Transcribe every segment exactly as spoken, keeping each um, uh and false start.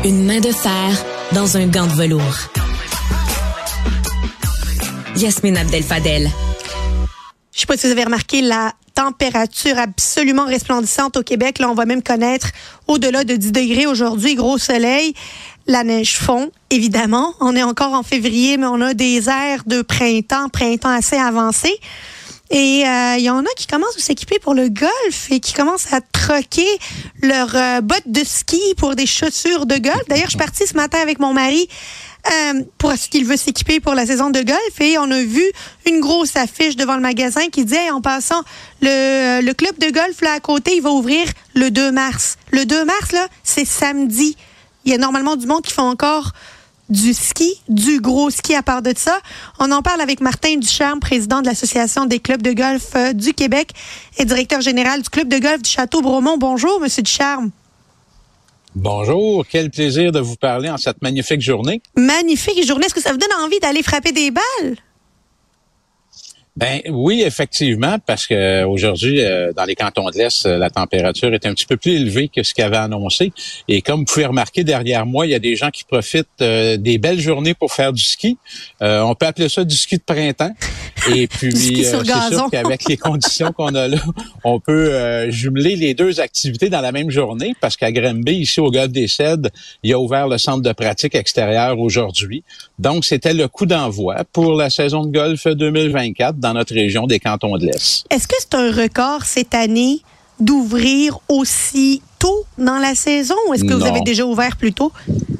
Une main de fer dans un gant de velours. Yasmine Abdel-Fadel. Je ne sais pas si vous avez remarqué la température absolument resplendissante au Québec. Là, on va même connaître au-delà de dix degrés aujourd'hui. Gros soleil. La neige fond, évidemment. On est encore en février, mais on a des airs de printemps, printemps assez avancé. Et il euh, y en a qui commencent à s'équiper pour le golf et qui commencent à troquer leurs euh, bottes de ski pour des chaussures de golf. D'ailleurs, je suis partie ce matin avec mon mari euh, pour ce qu'il veut s'équiper pour la saison de golf et on a vu une grosse affiche devant le magasin qui dit hey, en passant, le, le club de golf là à côté, il va ouvrir le deux mars. Le deux mars, là, c'est samedi. Il y a normalement du monde qui font encore du ski, du gros ski à part de ça. On en parle avec Martin Ducharme, président de l'Association des clubs de golf euh, du Québec et directeur général du club de golf du Château-Bromont. Bonjour, Monsieur Ducharme. Bonjour, quel plaisir de vous parler en cette magnifique journée. Magnifique journée. Est-ce que ça vous donne envie d'aller frapper des balles? Ben oui, effectivement, parce que aujourd'hui, euh, dans les cantons de l'Est, la température est un petit peu plus élevée que ce qu'il avait annoncé. Et comme vous pouvez remarquer derrière moi, il y a des gens qui profitent euh, des belles journées pour faire du ski. Euh, on peut appeler ça du ski de printemps. Et puis, euh, c'est sûr qu'avec les conditions qu'on a là, on peut euh, jumeler les deux activités dans la même journée, parce qu'à Granby, ici au Golfe des Cèdres, il a ouvert le centre de pratique extérieur aujourd'hui. Donc, c'était le coup d'envoi pour la saison de golf deux mille vingt-quatre dans notre région des cantons de l'Est. Est-ce que c'est un record cette année d'ouvrir aussi tôt dans la saison ou est-ce que non. Vous avez déjà ouvert plus tôt?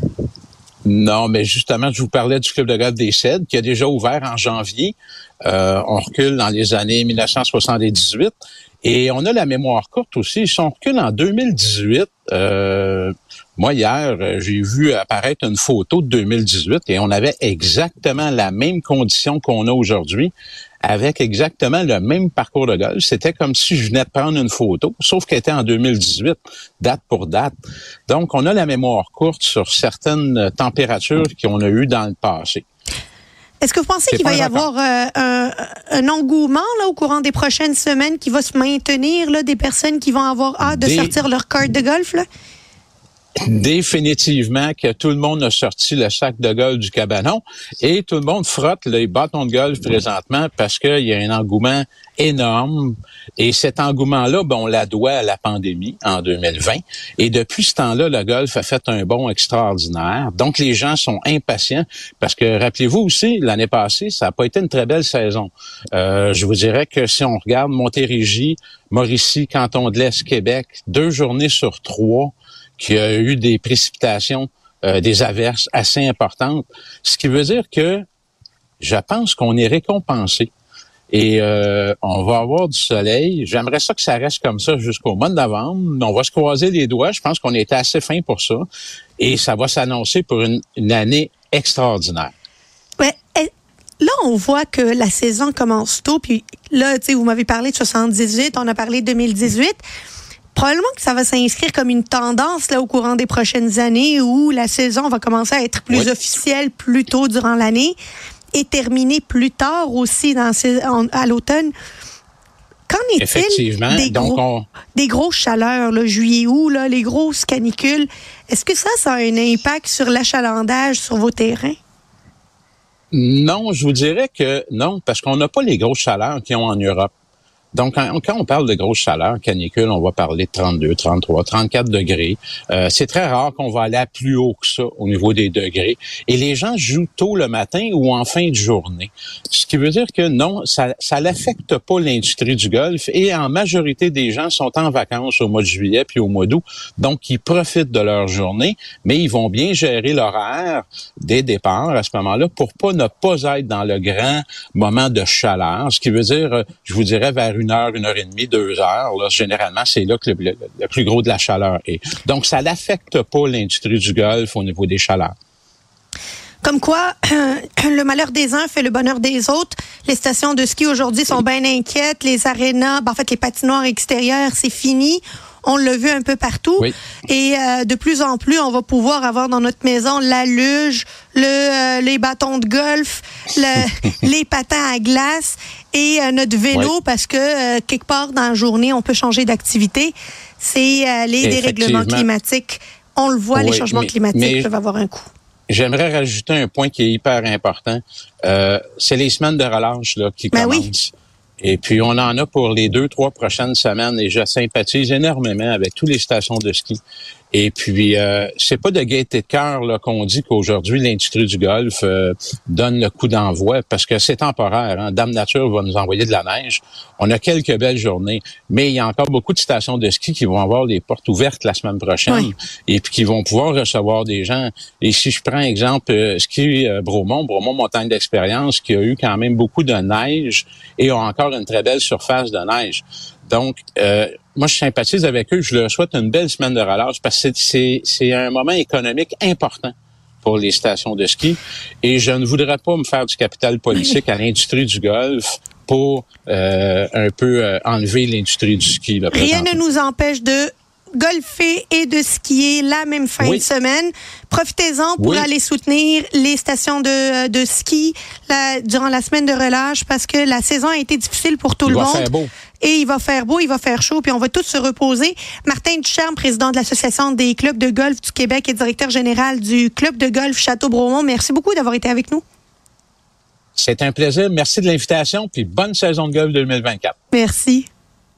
Non, mais justement, je vous parlais du club de golf des Cèdres qui a déjà ouvert en janvier. Euh, on recule dans les années dix-neuf cent soixante-dix-huit et on a la mémoire courte aussi. Si on recule en deux mille dix-huit, euh, moi hier, j'ai vu apparaître une photo de deux mille dix-huit et on avait exactement la même condition qu'on a aujourd'hui, avec exactement le même parcours de golf. C'était comme si je venais de prendre une photo, sauf qu'elle était en deux mille dix-huit, date pour date. Donc, on a la mémoire courte sur certaines températures qu'on a eues dans le passé. Est-ce que vous pensez C'est qu'il va y avoir euh, un, un engouement là, au courant des prochaines semaines qui va se maintenir, là, des personnes qui vont avoir hâte de des... sortir leur carte de golf, là? Définitivement que tout le monde a sorti le sac de golf du cabanon et tout le monde frotte les bâtons de golf présentement parce qu'il y a un engouement énorme. Et cet engouement-là, ben, on la doit à la pandémie en deux mille vingt. Et depuis ce temps-là, le golf a fait un bond extraordinaire. Donc, les gens sont impatients parce que, rappelez-vous aussi, l'année passée, ça n'a pas été une très belle saison. Euh, je vous dirais que si on regarde Montérégie, Mauricie, Canton de l'Est, Québec, deux journées sur trois, qu'il y a eu des précipitations, euh, des averses assez importantes, ce qui veut dire que je pense qu'on est récompensé et euh, on va avoir du soleil. J'aimerais ça que ça reste comme ça jusqu'au mois de novembre. On va se croiser les doigts. Je pense qu'on était assez fin pour ça et ça va s'annoncer pour une, une année extraordinaire. Ouais. Là, on voit que la saison commence tôt. Puis là, tu sais, vous m'avez parlé de soixante-dix-huit, on a parlé de deux mille dix-huit. Probablement que ça va s'inscrire comme une tendance là au courant des prochaines années où la saison va commencer à être plus oui. officielle plus tôt durant l'année et terminer plus tard aussi dans en, à l'automne. Qu'en est-il des, Donc gros, on... des grosses chaleurs, là, juillet-août, là, les grosses canicules? Est-ce que ça, ça a un impact sur l'achalandage sur vos terrains? Non, je vous dirais que non, parce qu'on n'a pas les grosses chaleurs qu'ils ont en Europe. Donc, quand, quand on parle de grosses chaleurs, canicule, on va parler de trente-deux, trente-trois, trente-quatre degrés. Euh, c'est très rare qu'on va aller à plus haut que ça au niveau des degrés. Et les gens jouent tôt le matin ou en fin de journée. Ce qui veut dire que non, ça ça l'affecte pas l'industrie du golf. Et en majorité des gens sont en vacances au mois de juillet puis au mois d'août. Donc, ils profitent de leur journée, mais ils vont bien gérer l'horaire des départs à ce moment-là pour pas ne pas être dans le grand moment de chaleur. Ce qui veut dire, je vous dirais, vers une une heure, une heure et demie, deux heures. Là, généralement, c'est là que le, le, le plus gros de la chaleur est. Donc, ça n'affecte pas l'industrie du golf au niveau des chaleurs. Comme quoi, euh, le malheur des uns fait le bonheur des autres. Les stations de ski aujourd'hui sont bien inquiètes. Les arénas, ben, en fait, les patinoires extérieures, c'est fini. On l'a vu un peu partout. Oui. Et euh, de plus en plus, on va pouvoir avoir dans notre maison la luge, le, euh, les bâtons de golf, le, les patins à glace et euh, notre vélo oui. parce que euh, quelque part dans la journée, on peut changer d'activité. C'est euh, les dérèglements climatiques On le voit, oui, les changements mais, climatiques mais peuvent avoir un coût. J'aimerais rajouter un point qui est hyper important. Euh, c'est les semaines de relâche là, qui ben commencent. Oui. Et puis, on en a pour les deux, trois prochaines semaines et je sympathise énormément avec toutes les stations de ski. Et puis, euh, c'est pas de gaieté de cœur là, qu'on dit qu'aujourd'hui, l'industrie du golf euh, donne le coup d'envoi parce que c'est temporaire. Hein. Dame Nature va nous envoyer de la neige. On a quelques belles journées, mais il y a encore beaucoup de stations de ski qui vont avoir les portes ouvertes la semaine prochaine oui. et puis qui vont pouvoir recevoir des gens. Et si je prends exemple euh, ski euh, Bromont, Bromont Montagne d'Expérience, qui a eu quand même beaucoup de neige et a encore une très belle surface de neige. Donc, euh, moi, je sympathise avec eux. Je leur souhaite une belle semaine de relâche parce que c'est, c'est un moment économique important pour les stations de ski. Et je ne voudrais pas me faire du capital politique à l'industrie du golf pour euh, un peu euh, enlever l'industrie du ski. Là, Rien ne nous empêche de golfer et de skier la même fin oui. de semaine. Profitez-en pour oui. aller soutenir les stations de, de ski la, durant la semaine de relâche parce que la saison a été difficile pour tout il le va monde. Faire beau. Et il va faire beau, il va faire chaud, puis on va tous se reposer. Martin Ducharme, président de l'Association des clubs de golf du Québec et directeur général du club de golf Château-Bromont, merci beaucoup d'avoir été avec nous. C'est un plaisir. Merci de l'invitation, puis bonne saison de golf deux mille vingt-quatre. Merci.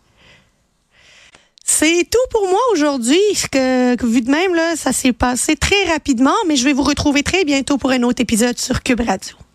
C'est tout pour moi aujourd'hui. Que, que vu de même, là, ça s'est passé très rapidement, mais je vais vous retrouver très bientôt pour un autre épisode sur Cube Radio.